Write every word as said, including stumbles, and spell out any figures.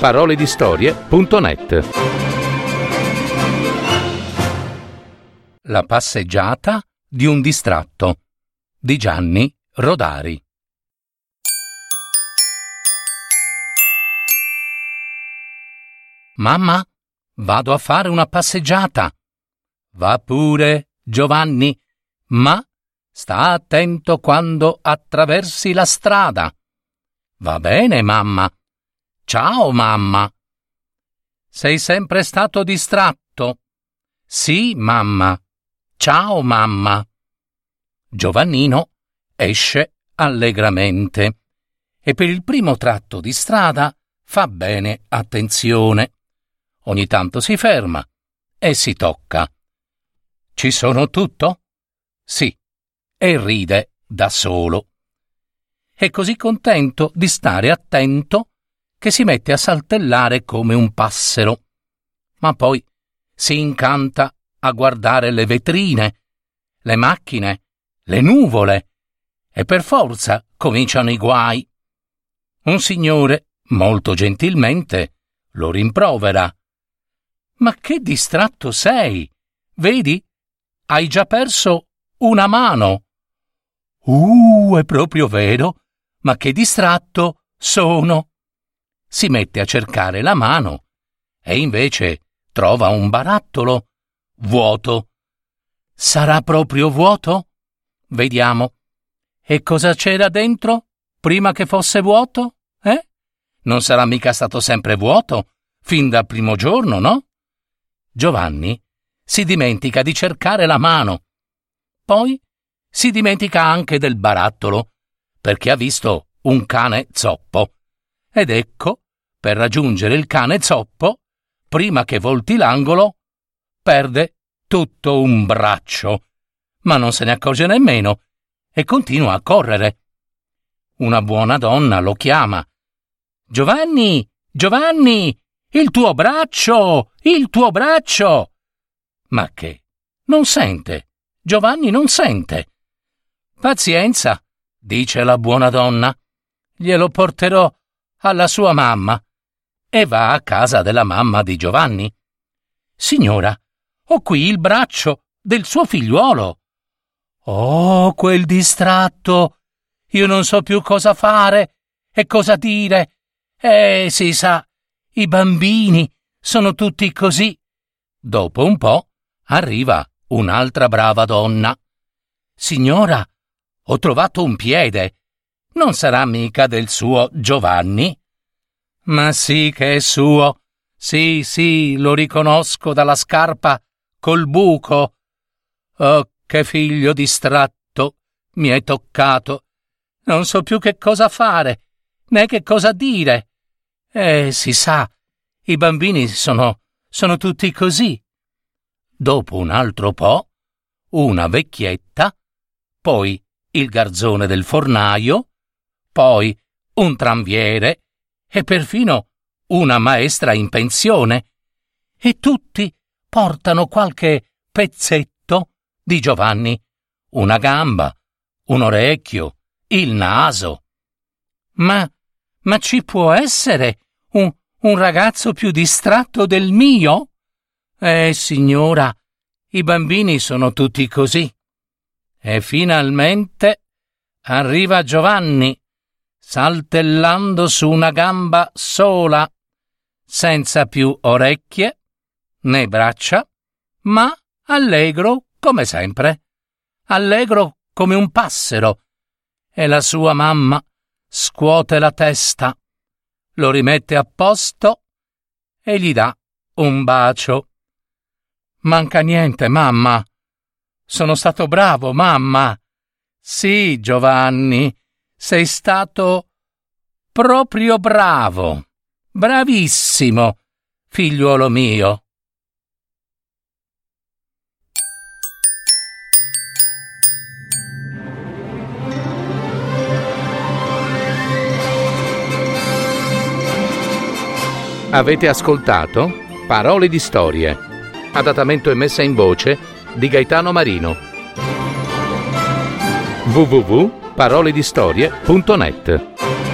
paroledistorie punto net. La passeggiata di un distratto di Gianni Rodari. Mamma, vado a fare una passeggiata. Va pure, Giovanni, ma sta attento quando attraversi la strada. Va bene, mamma. Ciao, mamma. Sei sempre stato distratto? Sì, mamma. Ciao, mamma. Giovannino esce allegramente e per il primo tratto di strada fa bene attenzione. Ogni tanto si ferma e si tocca. Ci sono tutto? Sì, e ride da solo. È così contento di stare attento che si mette a saltellare come un passero. Ma poi si incanta a guardare le vetrine, le macchine, le nuvole, e per forza cominciano i guai. Un signore, molto gentilmente, lo rimprovera. Ma che distratto sei! Vedi? Hai già perso una mano. Uh, è proprio vero, ma che distratto sono! Si mette a cercare la mano e invece trova un barattolo vuoto. Sarà proprio vuoto? Vediamo. E cosa c'era dentro prima che fosse vuoto? Eh? Non sarà mica stato sempre vuoto fin dal primo giorno, no? Giovanni si dimentica di cercare la mano. Poi si dimentica anche del barattolo, perché ha visto un cane zoppo. Ed ecco, per raggiungere il cane zoppo, prima che volti l'angolo, perde tutto un braccio, ma non se ne accorge nemmeno e continua a correre. Una buona donna lo chiama. Giovanni, Giovanni, il tuo braccio, il tuo braccio! Ma che? Non sente. Giovanni non sente. Pazienza, dice la buona donna. Glielo porterò alla sua mamma. E va a casa della mamma di Giovanni. Signora, ho qui il braccio del suo figliuolo. Oh, quel distratto! Io non so più cosa fare e cosa dire. Eh, si sa, i bambini sono tutti così. Dopo un po' arriva un'altra brava donna. Signora, ho trovato un piede. Non sarà mica del suo Giovanni? Ma sì che è suo. Sì, sì, lo riconosco dalla scarpa col buco. Oh, che figlio distratto mi hai toccato. Non so più che cosa fare, né che cosa dire. Eh, si sa, i bambini sono, sono tutti così. Dopo un altro po', una vecchietta, poi il garzone del fornaio, poi un tranviere e perfino una maestra in pensione, e tutti portano qualche pezzetto di Giovanni, una gamba, un orecchio, il naso. Ma, ma ci può essere un, un ragazzo più distratto del mio? Eh, signora, i bambini sono tutti così. E finalmente arriva Giovanni, saltellando su una gamba sola, senza più orecchie né braccia, ma allegro come sempre, allegro come un passero, e la sua mamma scuote la testa, lo rimette a posto e gli dà un bacio. Manca niente, mamma. Sono stato bravo, mamma. Sì, Giovanni, sei stato proprio bravo. Bravissimo, figliuolo mio. Avete ascoltato Parole di Storie, adattamento e messa in voce di Gaetano Marino. w w w punto paroledistorie punto net